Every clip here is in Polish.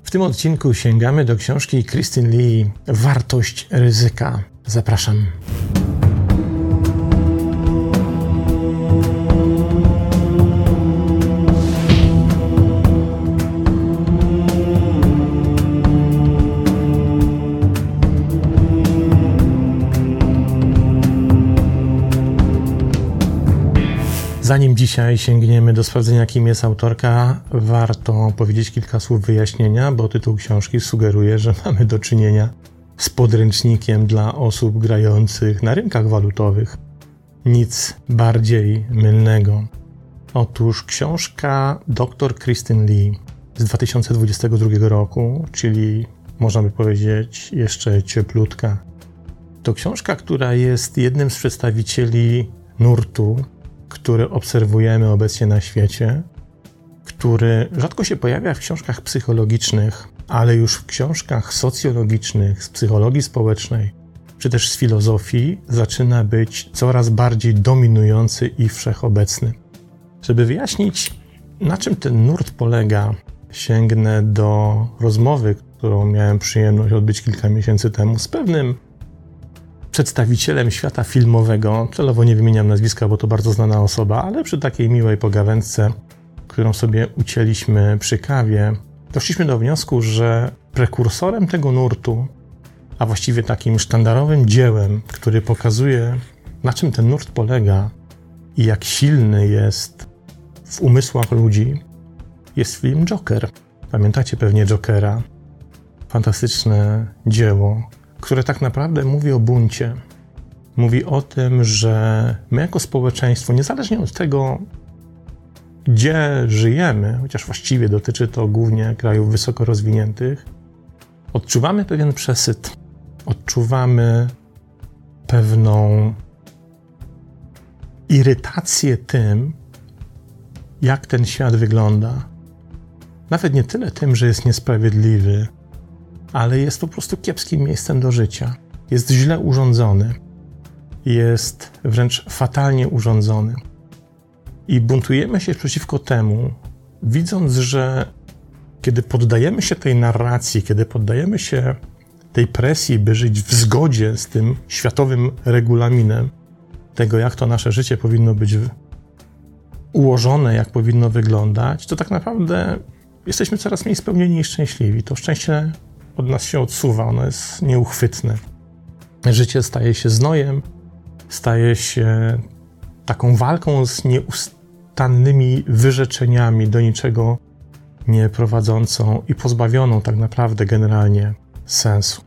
W tym odcinku sięgamy do książki Kristyn Lee Wartość ryzyka. Zapraszam. Zanim dzisiaj sięgniemy do sprawdzenia, kim jest autorka, warto powiedzieć kilka słów wyjaśnienia, bo tytuł książki sugeruje, że mamy do czynienia z podręcznikiem dla osób grających na rynkach walutowych. Nic bardziej mylnego. Otóż książka dr Kristyn Lee z 2022 roku, czyli można by powiedzieć jeszcze cieplutka. To książka, która jest jednym z przedstawicieli nurtu, który obserwujemy obecnie na świecie, który rzadko się pojawia w książkach psychologicznych, ale już w książkach socjologicznych, z psychologii społecznej, czy też z filozofii zaczyna być coraz bardziej dominujący i wszechobecny. Żeby wyjaśnić, na czym ten nurt polega, sięgnę do rozmowy, którą miałem przyjemność odbyć kilka miesięcy temu z pewnym przedstawicielem świata filmowego. Celowo nie wymieniam nazwiska, bo to bardzo znana osoba, ale przy takiej miłej pogawędce, którą sobie ucięliśmy przy kawie, doszliśmy do wniosku, że prekursorem tego nurtu, a właściwie takim sztandarowym dziełem, który pokazuje, na czym ten nurt polega i jak silny jest w umysłach ludzi, jest film Joker. Pamiętacie pewnie Jokera? Fantastyczne dzieło, które tak naprawdę mówi o buncie. Mówi o tym, że my jako społeczeństwo, niezależnie od tego, gdzie żyjemy, chociaż właściwie dotyczy to głównie krajów wysoko rozwiniętych, odczuwamy pewien przesyt. Odczuwamy pewną irytację tym, jak ten świat wygląda. Nawet nie tyle tym, że jest niesprawiedliwy, ale jest po prostu kiepskim miejscem do życia. Jest źle urządzony. Jest wręcz fatalnie urządzony. I buntujemy się przeciwko temu, widząc, że kiedy poddajemy się tej narracji, kiedy poddajemy się tej presji, by żyć w zgodzie z tym światowym regulaminem tego, jak to nasze życie powinno być ułożone, jak powinno wyglądać, to tak naprawdę jesteśmy coraz mniej spełnieni i szczęśliwi. To szczęście od nas się odsuwa, ono jest nieuchwytne. Życie staje się znojem, staje się taką walką z nieustannymi wyrzeczeniami, do niczego nie prowadzącą i pozbawioną tak naprawdę generalnie sensu.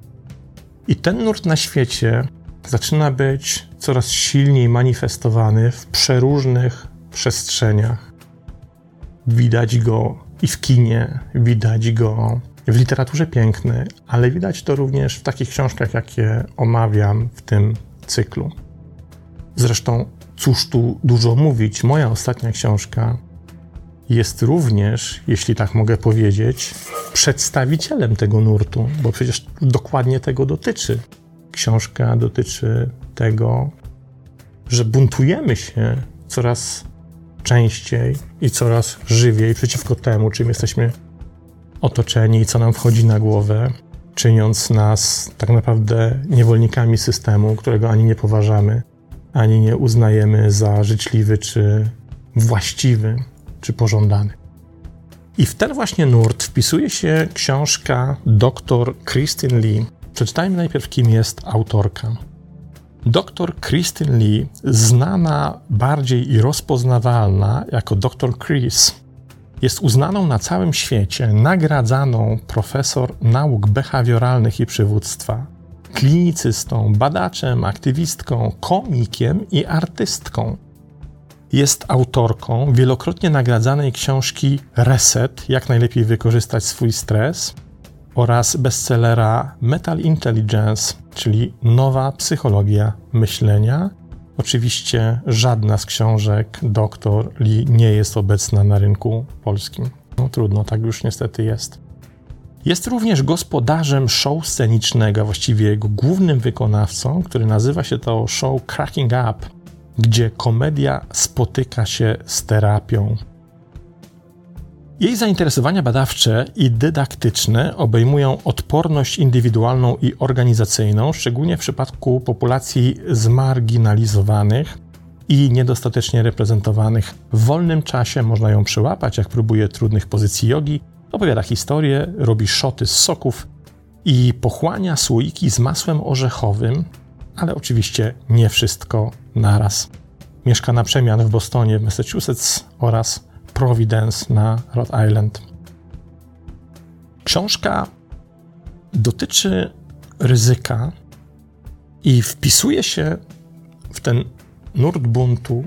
I ten nurt na świecie zaczyna być coraz silniej manifestowany w przeróżnych przestrzeniach. Widać go i w kinie, widać go w literaturze pięknej, ale widać to również w takich książkach, jakie omawiam w tym cyklu. Zresztą, cóż tu dużo mówić, moja ostatnia książka jest również, jeśli tak mogę powiedzieć, przedstawicielem tego nurtu, bo przecież dokładnie tego dotyczy. Książka dotyczy tego, że buntujemy się coraz częściej i coraz żywiej przeciwko temu, czym jesteśmy otoczeni i co nam wchodzi na głowę, czyniąc nas tak naprawdę niewolnikami systemu, którego ani nie poważamy, ani nie uznajemy za życzliwy, czy właściwy, czy pożądany. I w ten właśnie nurt wpisuje się książka dr Kristyn Lee. Przeczytajmy najpierw, kim jest autorka. Dr Kristyn Lee, znana bardziej i rozpoznawalna jako dr Chris, jest uznaną na całym świecie, nagradzaną profesor nauk behawioralnych i przywództwa, klinicystą, badaczem, aktywistką, komikiem i artystką. Jest autorką wielokrotnie nagradzanej książki Reset, jak najlepiej wykorzystać swój stres, oraz bestsellera Mental Intelligence, czyli Nowa psychologia myślenia. Oczywiście żadna z książek dr Lee nie jest obecna na rynku polskim. No trudno, tak już niestety jest. Jest również gospodarzem show scenicznego, właściwie jego głównym wykonawcą, który nazywa się to show Cracking Up, gdzie komedia spotyka się z terapią. Jej zainteresowania badawcze i dydaktyczne obejmują odporność indywidualną i organizacyjną, szczególnie w przypadku populacji zmarginalizowanych i niedostatecznie reprezentowanych. W wolnym czasie można ją przyłapać, jak próbuje trudnych pozycji jogi, opowiada historię, robi szoty z soków i pochłania słoiki z masłem orzechowym, ale oczywiście nie wszystko naraz. Mieszka na przemian w Bostonie, w Massachusetts oraz Providence na Rhode Island. Książka dotyczy ryzyka i wpisuje się w ten nurt buntu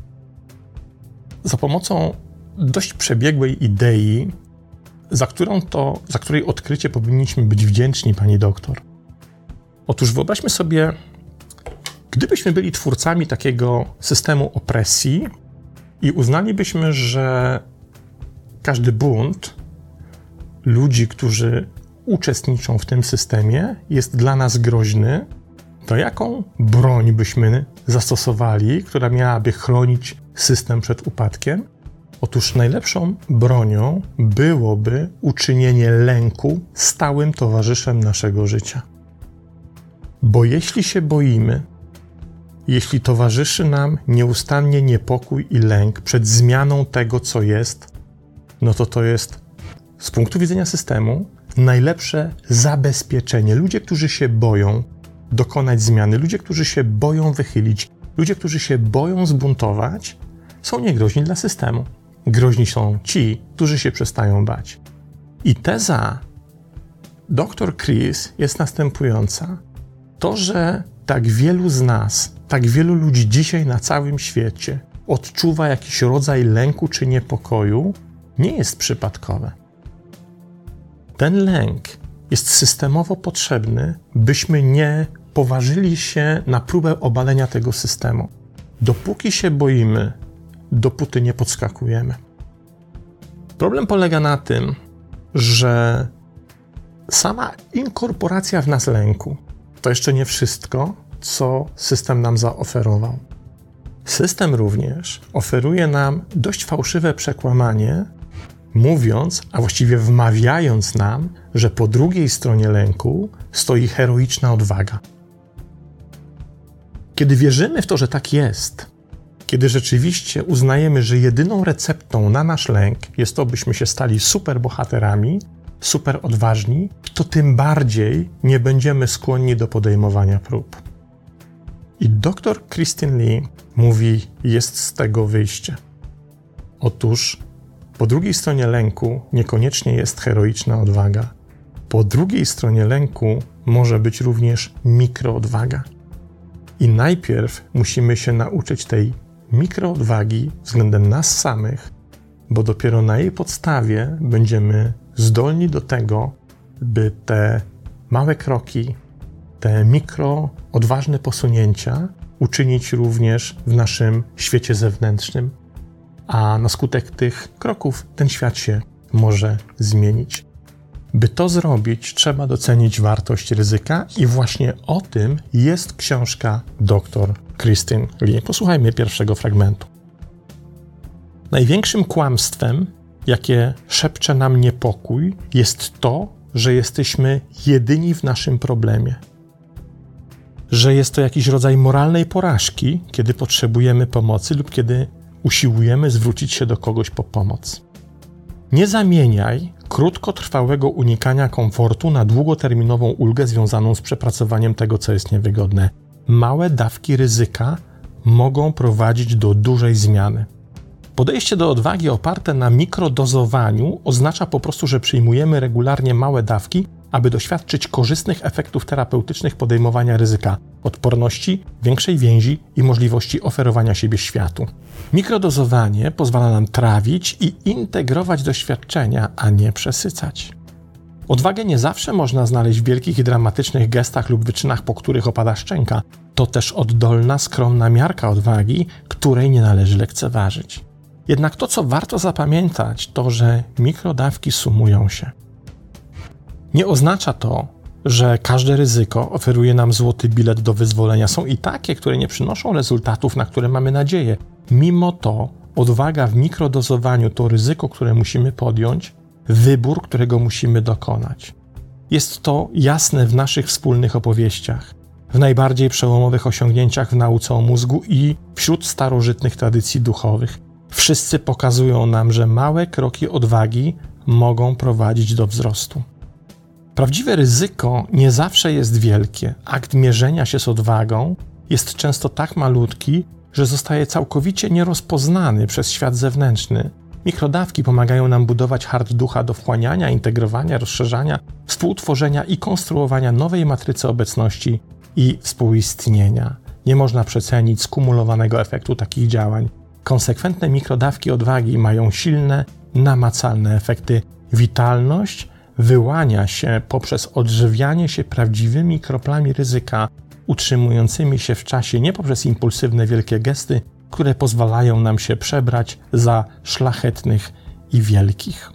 za pomocą dość przebiegłej idei, za której odkrycie powinniśmy być wdzięczni, pani doktor. Otóż wyobraźmy sobie, gdybyśmy byli twórcami takiego systemu opresji i uznalibyśmy, że każdy bunt ludzi, którzy uczestniczą w tym systemie, jest dla nas groźny, to jaką broń byśmy zastosowali, która miałaby chronić system przed upadkiem? Otóż najlepszą bronią byłoby uczynienie lęku stałym towarzyszem naszego życia. Bo jeśli się boimy, jeśli towarzyszy nam nieustannie niepokój i lęk przed zmianą tego, co jest, no to jest z punktu widzenia systemu najlepsze zabezpieczenie. Ludzie, którzy się boją dokonać zmiany, ludzie, którzy się boją wychylić, ludzie, którzy się boją zbuntować, są niegroźni dla systemu. Groźni są ci, którzy się przestają bać. I teza dr Chris jest następująca. To, że tak wielu z nas, tak wielu ludzi dzisiaj na całym świecie odczuwa jakiś rodzaj lęku czy niepokoju, nie jest przypadkowe. Ten lęk jest systemowo potrzebny, byśmy nie poważyli się na próbę obalenia tego systemu. Dopóki się boimy, dopóty nie podskakujemy. Problem polega na tym, że sama inkorporacja w nas lęku to jeszcze nie wszystko, co system nam zaoferował. System również oferuje nam dość fałszywe przekłamanie, mówiąc, a właściwie wmawiając nam, że po drugiej stronie lęku stoi heroiczna odwaga. Kiedy wierzymy w to, że tak jest, kiedy rzeczywiście uznajemy, że jedyną receptą na nasz lęk jest to, byśmy się stali superbohaterami, super odważni, to tym bardziej nie będziemy skłonni do podejmowania prób. I dr Kristin Lee mówi, jest z tego wyjście. Otóż po drugiej stronie lęku niekoniecznie jest heroiczna odwaga. Po drugiej stronie lęku może być również mikroodwaga. I najpierw musimy się nauczyć tej mikroodwagi względem nas samych, bo dopiero na jej podstawie będziemy zdolni do tego, by te małe kroki, te mikroodważne posunięcia uczynić również w naszym świecie zewnętrznym. A na skutek tych kroków ten świat się może zmienić. By to zrobić, trzeba docenić wartość ryzyka i właśnie o tym jest książka dr Kristin Lee. Posłuchajmy pierwszego fragmentu. Największym kłamstwem, jakie szepcze nam niepokój, jest to, że jesteśmy jedyni w naszym problemie. Że jest to jakiś rodzaj moralnej porażki, kiedy potrzebujemy pomocy lub kiedy usiłujemy zwrócić się do kogoś po pomoc. Nie zamieniaj krótkotrwałego unikania komfortu na długoterminową ulgę związaną z przepracowaniem tego, co jest niewygodne. Małe dawki ryzyka mogą prowadzić do dużej zmiany. Podejście do odwagi oparte na mikrodozowaniu oznacza po prostu, że przyjmujemy regularnie małe dawki, aby doświadczyć korzystnych efektów terapeutycznych podejmowania ryzyka, odporności, większej więzi i możliwości oferowania siebie światu. Mikrodozowanie pozwala nam trawić i integrować doświadczenia, a nie przesycać. Odwagę nie zawsze można znaleźć w wielkich i dramatycznych gestach lub wyczynach, po których opada szczęka. To też oddolna, skromna miarka odwagi, której nie należy lekceważyć. Jednak to, co warto zapamiętać, to, że mikrodawki sumują się. Nie oznacza to, że każde ryzyko oferuje nam złoty bilet do wyzwolenia. Są i takie, które nie przynoszą rezultatów, na które mamy nadzieję. Mimo to odwaga w mikrodozowaniu to ryzyko, które musimy podjąć, wybór, którego musimy dokonać. Jest to jasne w naszych wspólnych opowieściach, w najbardziej przełomowych osiągnięciach w nauce o mózgu i wśród starożytnych tradycji duchowych. Wszyscy pokazują nam, że małe kroki odwagi mogą prowadzić do wzrostu. Prawdziwe ryzyko nie zawsze jest wielkie. Akt mierzenia się z odwagą jest często tak malutki, że zostaje całkowicie nierozpoznany przez świat zewnętrzny. Mikrodawki pomagają nam budować hard ducha do wchłaniania, integrowania, rozszerzania, współtworzenia i konstruowania nowej matrycy obecności i współistnienia. Nie można przecenić skumulowanego efektu takich działań. Konsekwentne mikrodawki odwagi mają silne, namacalne efekty. Witalność wyłania się poprzez odżywianie się prawdziwymi kroplami ryzyka, utrzymującymi się w czasie nie poprzez impulsywne wielkie gesty, które pozwalają nam się przebrać za szlachetnych i wielkich.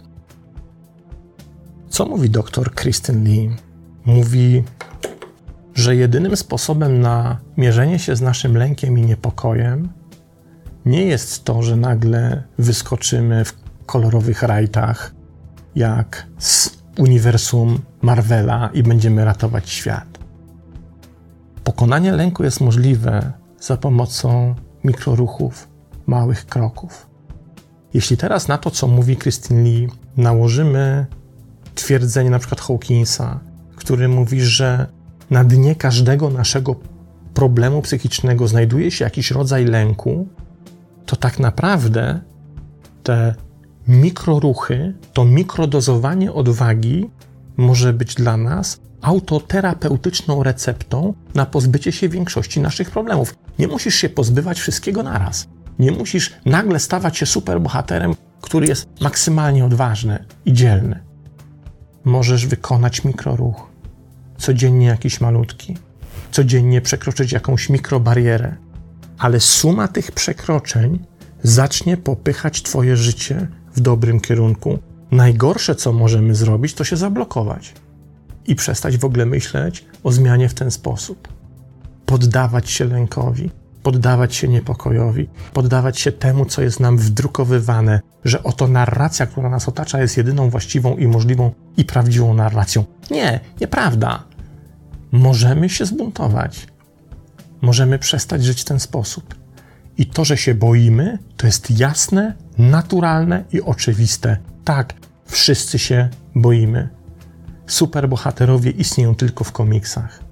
Co mówi dr Kristen Lee? Mówi, że jedynym sposobem na mierzenie się z naszym lękiem i niepokojem nie jest to, że nagle wyskoczymy w kolorowych rajtach jak z uniwersum Marvela i będziemy ratować świat. Pokonanie lęku jest możliwe za pomocą mikroruchów, małych kroków. Jeśli teraz na to, co mówi Kristen Lee, nałożymy twierdzenie na przykład Hawkinsa, który mówi, że na dnie każdego naszego problemu psychicznego znajduje się jakiś rodzaj lęku, to tak naprawdę te mikroruchy, to mikrodozowanie odwagi może być dla nas autoterapeutyczną receptą na pozbycie się większości naszych problemów. Nie musisz się pozbywać wszystkiego naraz. Nie musisz nagle stawać się superbohaterem, który jest maksymalnie odważny i dzielny. Możesz wykonać mikroruch, codziennie jakiś malutki, codziennie przekroczyć jakąś mikrobarierę, ale suma tych przekroczeń zacznie popychać twoje życie w dobrym kierunku. Najgorsze, co możemy zrobić, to się zablokować i przestać w ogóle myśleć o zmianie w ten sposób. Poddawać się lękowi, poddawać się niepokojowi, poddawać się temu, co jest nam wdrukowywane, że oto narracja, która nas otacza, jest jedyną właściwą i możliwą i prawdziwą narracją. Nie, nieprawda. Możemy się zbuntować. Możemy przestać żyć w ten sposób. I to, że się boimy, to jest jasne, naturalne i oczywiste. Tak, wszyscy się boimy. Superbohaterowie istnieją tylko w komiksach.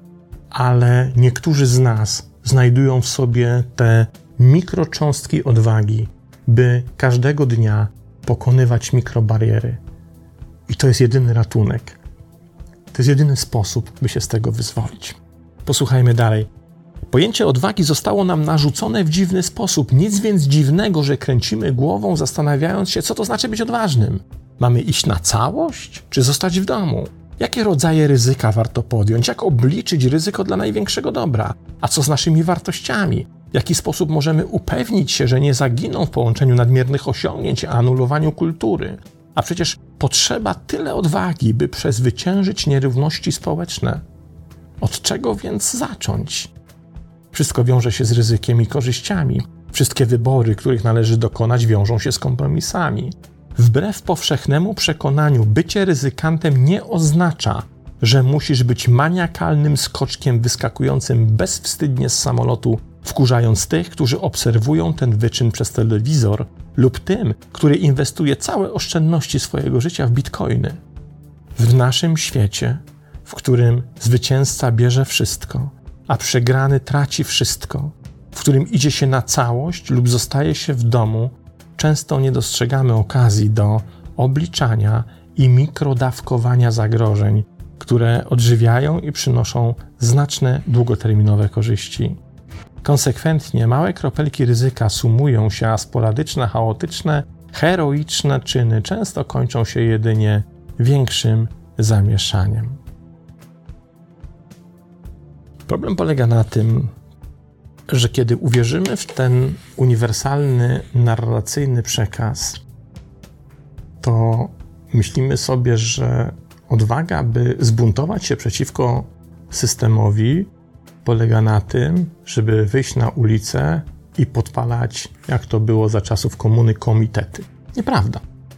Ale niektórzy z nas znajdują w sobie te mikrocząstki odwagi, by każdego dnia pokonywać mikrobariery. I to jest jedyny ratunek. To jest jedyny sposób, by się z tego wyzwolić. Posłuchajmy dalej. Pojęcie odwagi zostało nam narzucone w dziwny sposób. Nic więc dziwnego, że kręcimy głową, zastanawiając się, co to znaczy być odważnym. Mamy iść na całość, czy zostać w domu? Jakie rodzaje ryzyka warto podjąć? Jak obliczyć ryzyko dla największego dobra? A co z naszymi wartościami? W jaki sposób możemy upewnić się, że nie zaginą w połączeniu nadmiernych osiągnięć, a anulowaniu kultury? A przecież potrzeba tyle odwagi, by przezwyciężyć nierówności społeczne. Od czego więc zacząć? Wszystko wiąże się z ryzykiem i korzyściami. Wszystkie wybory, których należy dokonać, wiążą się z kompromisami. Wbrew powszechnemu przekonaniu, bycie ryzykantem nie oznacza, że musisz być maniakalnym skoczkiem wyskakującym bezwstydnie z samolotu, wkurzając tych, którzy obserwują ten wyczyn przez telewizor, lub tym, który inwestuje całe oszczędności swojego życia w bitcoiny. W naszym świecie, w którym zwycięzca bierze wszystko, a przegrany traci wszystko, w którym idzie się na całość lub zostaje się w domu, często nie dostrzegamy okazji do obliczania i mikrodawkowania zagrożeń, które odżywiają i przynoszą znaczne długoterminowe korzyści. Konsekwentnie małe kropelki ryzyka sumują się, a sporadyczne, chaotyczne, heroiczne czyny często kończą się jedynie większym zamieszaniem. Problem polega na tym, że kiedy uwierzymy w ten uniwersalny, narracyjny przekaz, to myślimy sobie, że odwaga, by zbuntować się przeciwko systemowi, polega na tym, żeby wyjść na ulicę i podpalać, jak to było za czasów komuny, komitety. Nieprawda.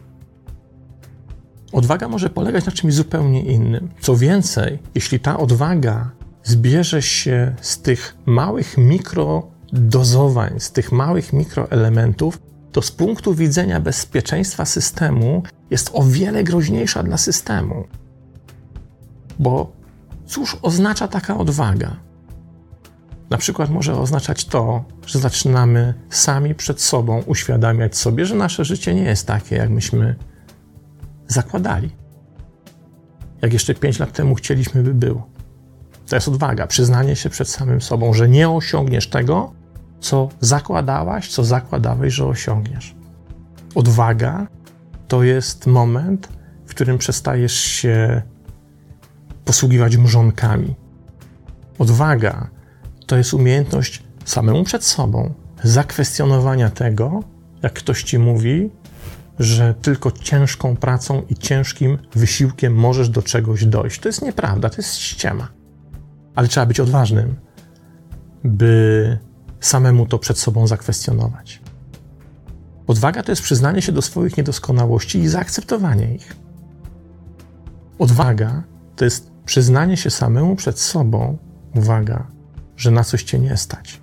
Odwaga może polegać na czymś zupełnie innym. Co więcej, jeśli ta odwaga zbierze się z tych małych mikrodozowań, z tych małych mikroelementów, to z punktu widzenia bezpieczeństwa systemu jest o wiele groźniejsza dla systemu. Bo cóż oznacza taka odwaga? Na przykład może oznaczać to, że zaczynamy sami przed sobą uświadamiać sobie, że nasze życie nie jest takie, jak myśmy zakładali. Jak jeszcze 5 lat temu chcieliśmy, by było. To jest odwaga, przyznanie się przed samym sobą, że nie osiągniesz tego, co zakładałaś, co zakładałeś, że osiągniesz. Odwaga to jest moment, w którym przestajesz się posługiwać mrzonkami. Odwaga to jest umiejętność samemu przed sobą zakwestionowania tego, jak ktoś ci mówi, że tylko ciężką pracą i ciężkim wysiłkiem możesz do czegoś dojść. To jest nieprawda, to jest ściema. Ale trzeba być odważnym, by samemu to przed sobą zakwestionować. Odwaga to jest przyznanie się do swoich niedoskonałości i zaakceptowanie ich. Odwaga to jest przyznanie się samemu przed sobą, uwaga, że na coś cię nie stać.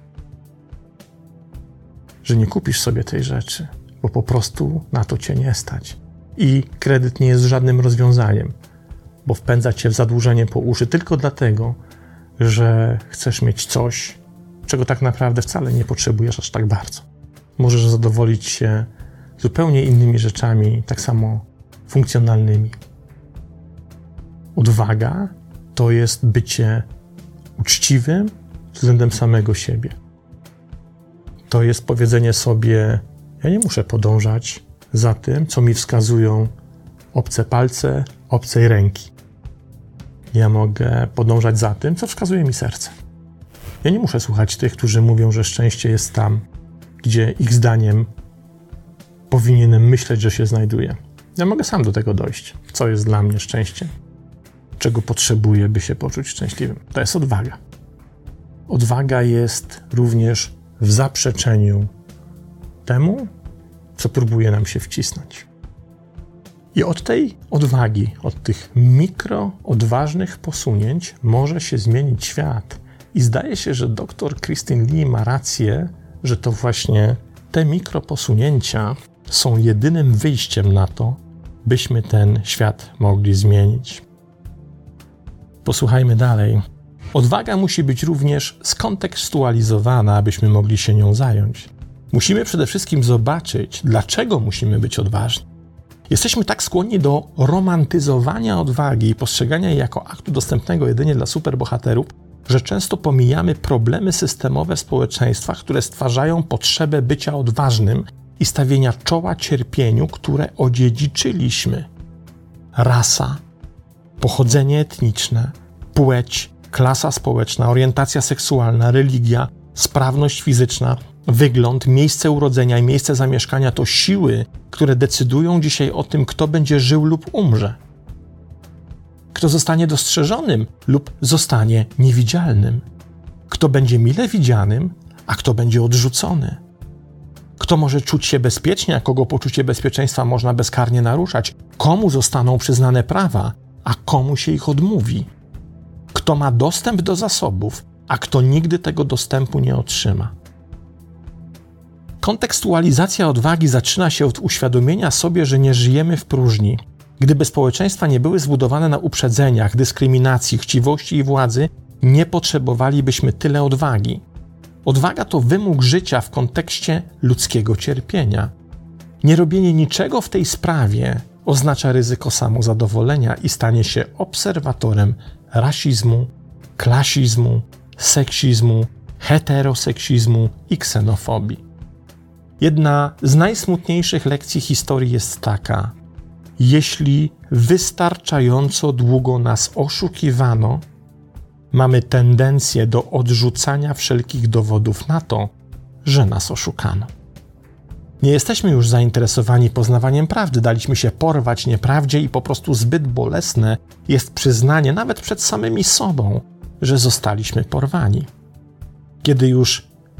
Że nie kupisz sobie tej rzeczy, bo po prostu na to cię nie stać. I kredyt nie jest żadnym rozwiązaniem, bo wpędza cię w zadłużenie po uszy tylko dlatego, że chcesz mieć coś, czego tak naprawdę wcale nie potrzebujesz aż tak bardzo. Możesz zadowolić się zupełnie innymi rzeczami, tak samo funkcjonalnymi. Odwaga to jest bycie uczciwym względem samego siebie. To jest powiedzenie sobie, ja nie muszę podążać za tym, co mi wskazują obce palce, obcej ręki. Ja mogę podążać za tym, co wskazuje mi serce. Ja nie muszę słuchać tych, którzy mówią, że szczęście jest tam, gdzie ich zdaniem powinienem myśleć, że się znajduje. Ja mogę sam do tego dojść, co jest dla mnie szczęście, czego potrzebuję, by się poczuć szczęśliwym. To jest odwaga. Odwaga jest również w zaprzeczeniu temu, co próbuje nam się wcisnąć. I od tej odwagi, od tych odważnych posunięć może się zmienić świat. I zdaje się, że dr Kristin Lee ma rację, że to właśnie te posunięcia są jedynym wyjściem na to, byśmy ten świat mogli zmienić. Posłuchajmy dalej. Odwaga musi być również skontekstualizowana, abyśmy mogli się nią zająć. Musimy przede wszystkim zobaczyć, dlaczego musimy być odważni. Jesteśmy tak skłonni do romantyzowania odwagi i postrzegania jej jako aktu dostępnego jedynie dla superbohaterów, że często pomijamy problemy systemowe w społeczeństwach, które stwarzają potrzebę bycia odważnym i stawienia czoła cierpieniu, które odziedziczyliśmy. Rasa, pochodzenie etniczne, płeć, klasa społeczna, orientacja seksualna, religia, sprawność fizyczna, wygląd, miejsce urodzenia i miejsce zamieszkania to siły, które decydują dzisiaj o tym, kto będzie żył lub umrze. Kto zostanie dostrzeżonym lub zostanie niewidzialnym. Kto będzie mile widzianym, a kto będzie odrzucony. Kto może czuć się bezpiecznie, a kogo poczucie bezpieczeństwa można bezkarnie naruszać. Komu zostaną przyznane prawa, a komu się ich odmówi. Kto ma dostęp do zasobów, a kto nigdy tego dostępu nie otrzyma. Kontekstualizacja odwagi zaczyna się od uświadomienia sobie, że nie żyjemy w próżni. Gdyby społeczeństwa nie były zbudowane na uprzedzeniach, dyskryminacji, chciwości i władzy, nie potrzebowalibyśmy tyle odwagi. Odwaga to wymóg życia w kontekście ludzkiego cierpienia. Nierobienie niczego w tej sprawie oznacza ryzyko samozadowolenia i stanie się obserwatorem rasizmu, klasizmu, seksizmu, heteroseksizmu i ksenofobii. Jedna z najsmutniejszych lekcji historii jest taka: jeśli wystarczająco długo nas oszukiwano, mamy tendencję do odrzucania wszelkich dowodów na to, że nas oszukano. Nie jesteśmy już zainteresowani poznawaniem prawdy, daliśmy się porwać nieprawdzie i po prostu zbyt bolesne jest przyznanie, nawet przed samymi sobą, że zostaliśmy porwani. Kiedy już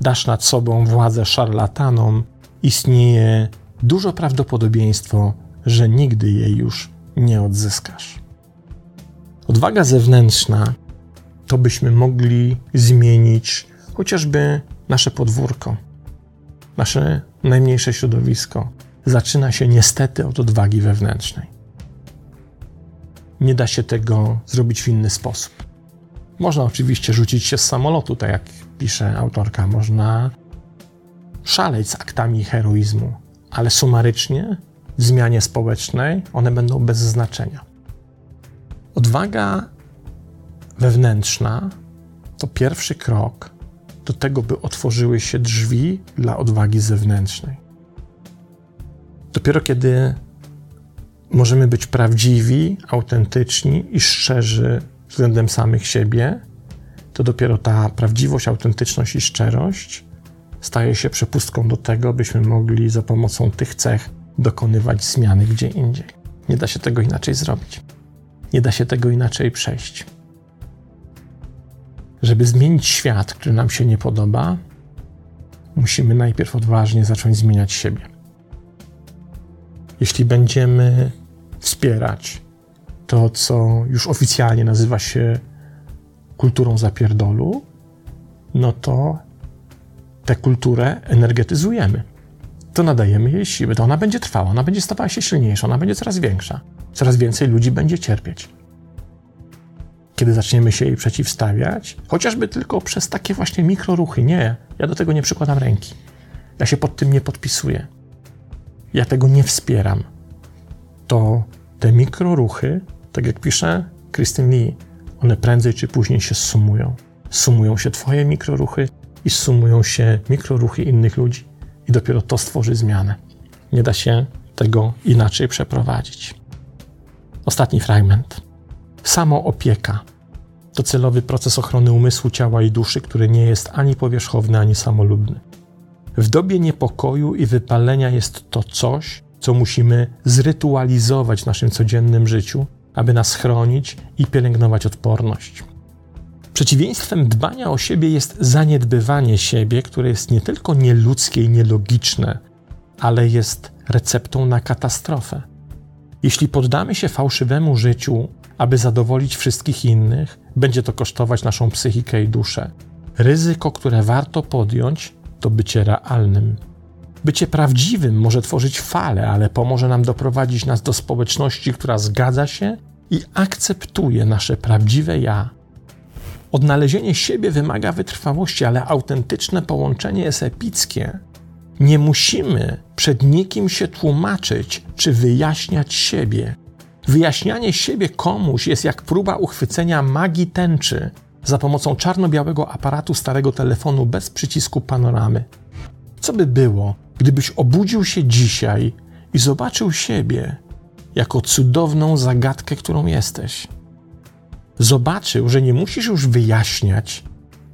dasz nad sobą władzę szarlatanom, istnieje duże prawdopodobieństwo, że nigdy jej już nie odzyskasz. Odwaga zewnętrzna to byśmy mogli zmienić chociażby nasze podwórko, nasze najmniejsze środowisko. Zaczyna się niestety od odwagi wewnętrznej. Nie da się tego zrobić w inny sposób. Można oczywiście rzucić się z samolotu, tak jak pisze autorka, można szaleć z aktami heroizmu, ale sumarycznie w zmianie społecznej one będą bez znaczenia. Odwaga wewnętrzna to pierwszy krok do tego, by otworzyły się drzwi dla odwagi zewnętrznej. Dopiero kiedy możemy być prawdziwi, autentyczni i szczerzy względem samych siebie, to dopiero ta prawdziwość, autentyczność i szczerość staje się przepustką do tego, byśmy mogli za pomocą tych cech dokonywać zmiany gdzie indziej. Nie da się tego inaczej zrobić. Nie da się tego inaczej przejść. Żeby zmienić świat, który nam się nie podoba, musimy najpierw odważnie zacząć zmieniać siebie. Jeśli będziemy wspierać to, co już oficjalnie nazywa się kulturą zapierdolu, no to tę kulturę energetyzujemy. To nadajemy jej siły, to ona będzie trwała, ona będzie stawała się silniejsza, ona będzie coraz większa. Coraz więcej ludzi będzie cierpieć. Kiedy zaczniemy się jej przeciwstawiać, chociażby tylko przez takie właśnie mikroruchy. Nie, ja do tego nie przykładam ręki. Ja się pod tym nie podpisuję. Ja tego nie wspieram. To te mikroruchy, tak jak pisze Kristen Lee, one prędzej czy później się sumują. Sumują się twoje mikroruchy i sumują się mikroruchy innych ludzi. I dopiero to stworzy zmianę. Nie da się tego inaczej przeprowadzić. Ostatni fragment. Samoopieka to celowy proces ochrony umysłu, ciała i duszy, który nie jest ani powierzchowny, ani samolubny. W dobie niepokoju i wypalenia jest to coś, co musimy zrytualizować w naszym codziennym życiu, aby nas chronić i pielęgnować odporność. Przeciwieństwem dbania o siebie jest zaniedbywanie siebie, które jest nie tylko nieludzkie i nielogiczne, ale jest receptą na katastrofę. Jeśli poddamy się fałszywemu życiu, aby zadowolić wszystkich innych, będzie to kosztować naszą psychikę i duszę. Ryzyko, które warto podjąć, to bycie realnym. Bycie prawdziwym może tworzyć falę, ale pomoże nam doprowadzić nas do społeczności, która zgadza się i akceptuje nasze prawdziwe ja. Odnalezienie siebie wymaga wytrwałości, ale autentyczne połączenie jest epickie. Nie musimy przed nikim się tłumaczyć czy wyjaśniać siebie. Wyjaśnianie siebie komuś jest jak próba uchwycenia magii tęczy za pomocą czarno-białego aparatu starego telefonu bez przycisku panoramy. Co by było, gdybyś obudził się dzisiaj i zobaczył siebie jako cudowną zagadkę, którą jesteś? Zobaczył, że nie musisz już wyjaśniać,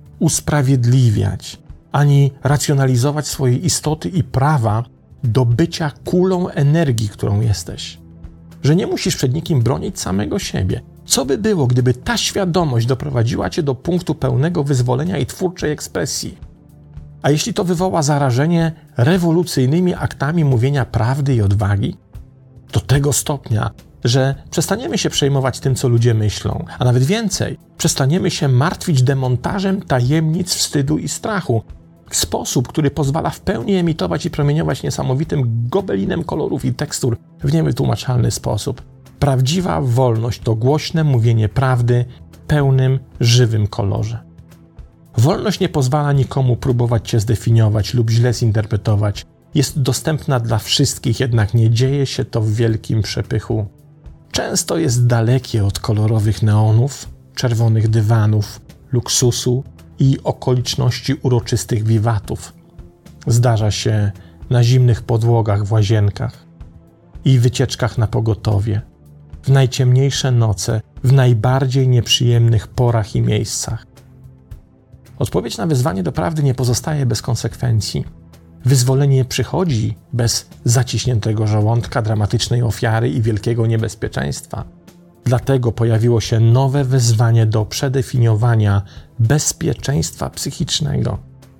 usprawiedliwiać, ani racjonalizować swojej istoty i prawa do bycia kulą energii, którą jesteś. Że nie musisz przed nikim bronić samego siebie. Co by było, gdyby ta świadomość doprowadziła cię do punktu pełnego wyzwolenia i twórczej ekspresji? A jeśli to wywoła zarażenie rewolucyjnymi aktami mówienia prawdy i odwagi? Do tego stopnia, że przestaniemy się przejmować tym, co ludzie myślą, a nawet więcej, przestaniemy się martwić demontażem tajemnic, wstydu i strachu w sposób, który pozwala w pełni emitować i promieniować niesamowitym gobelinem kolorów i tekstur w niewytłumaczalny sposób. Prawdziwa wolność to głośne mówienie prawdy w pełnym, żywym kolorze. Wolność nie pozwala nikomu próbować cię zdefiniować lub źle zinterpretować. Jest dostępna dla wszystkich, jednak nie dzieje się to w wielkim przepychu. Często jest dalekie od kolorowych neonów, czerwonych dywanów, luksusu i okoliczności uroczystych wiwatów. Zdarza się na zimnych podłogach w łazienkach i wycieczkach na pogotowie, w najciemniejsze noce, w najbardziej nieprzyjemnych porach i miejscach. Odpowiedź na wezwanie do prawdy nie pozostaje bez konsekwencji. Wyzwolenie przychodzi bez zaciśniętego żołądka, dramatycznej ofiary i wielkiego niebezpieczeństwa. Dlatego pojawiło się nowe wezwanie do przedefiniowania bezpieczeństwa psychicznego.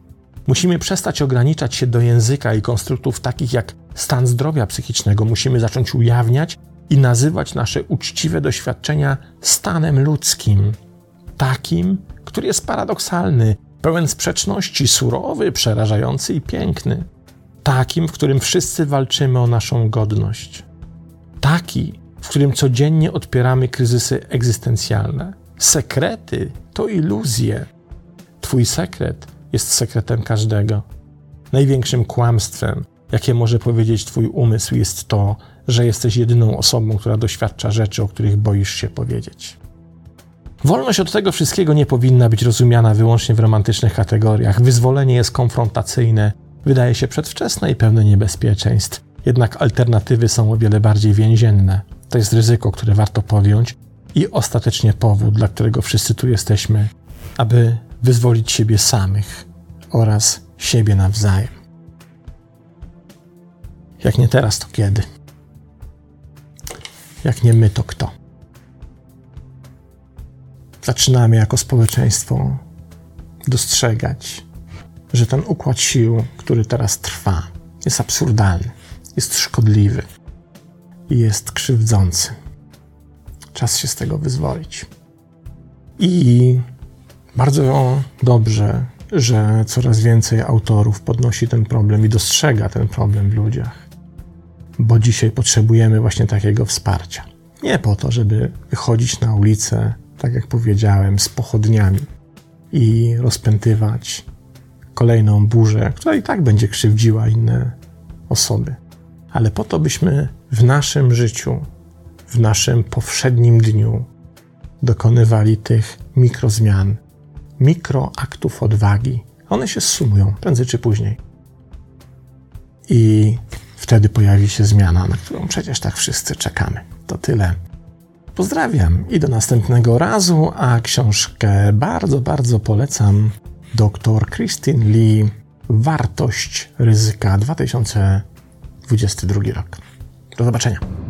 Musimy przestać ograniczać się do języka i konstruktów takich jak stan zdrowia psychicznego. Musimy zacząć ujawniać i nazywać nasze uczciwe doświadczenia stanem ludzkim. Takim, który jest paradoksalny, pełen sprzeczności, surowy, przerażający i piękny. Takim, w którym wszyscy walczymy o naszą godność. Taki, w którym codziennie odpieramy kryzysy egzystencjalne. Sekrety to iluzje. Twój sekret jest sekretem każdego. Największym kłamstwem, jakie może powiedzieć twój umysł, jest to, że jesteś jedyną osobą, która doświadcza rzeczy, o których boisz się powiedzieć. Wolność od tego wszystkiego nie powinna być rozumiana wyłącznie w romantycznych kategoriach. Wyzwolenie jest konfrontacyjne, wydaje się przedwczesne i pełne niebezpieczeństw. Jednak alternatywy są o wiele bardziej więzienne. To jest ryzyko, które warto podjąć i ostatecznie powód, dla którego wszyscy tu jesteśmy, aby wyzwolić siebie samych oraz siebie nawzajem. Jak nie teraz, to kiedy? Jak nie my, to kto? Zaczynamy jako społeczeństwo dostrzegać, że ten układ sił, który teraz trwa, jest absurdalny, jest szkodliwy i jest krzywdzący. Czas się z tego wyzwolić. I bardzo dobrze, że coraz więcej autorów podnosi ten problem i dostrzega ten problem w ludziach. Bo dzisiaj potrzebujemy właśnie takiego wsparcia. Nie po to, żeby wychodzić na ulicę, tak jak powiedziałem, z pochodniami i rozpętywać kolejną burzę, która i tak będzie krzywdziła inne osoby. Ale po to, byśmy w naszym życiu, w naszym powszednim dniu dokonywali tych mikrozmian, mikroaktów odwagi. One się sumują prędzej czy później. I wtedy pojawi się zmiana, na którą przecież tak wszyscy czekamy. To tyle. Pozdrawiam i do następnego razu, a książkę bardzo, bardzo polecam. Dr Christine Lee, Wartość ryzyka, 2022 rok. Do zobaczenia.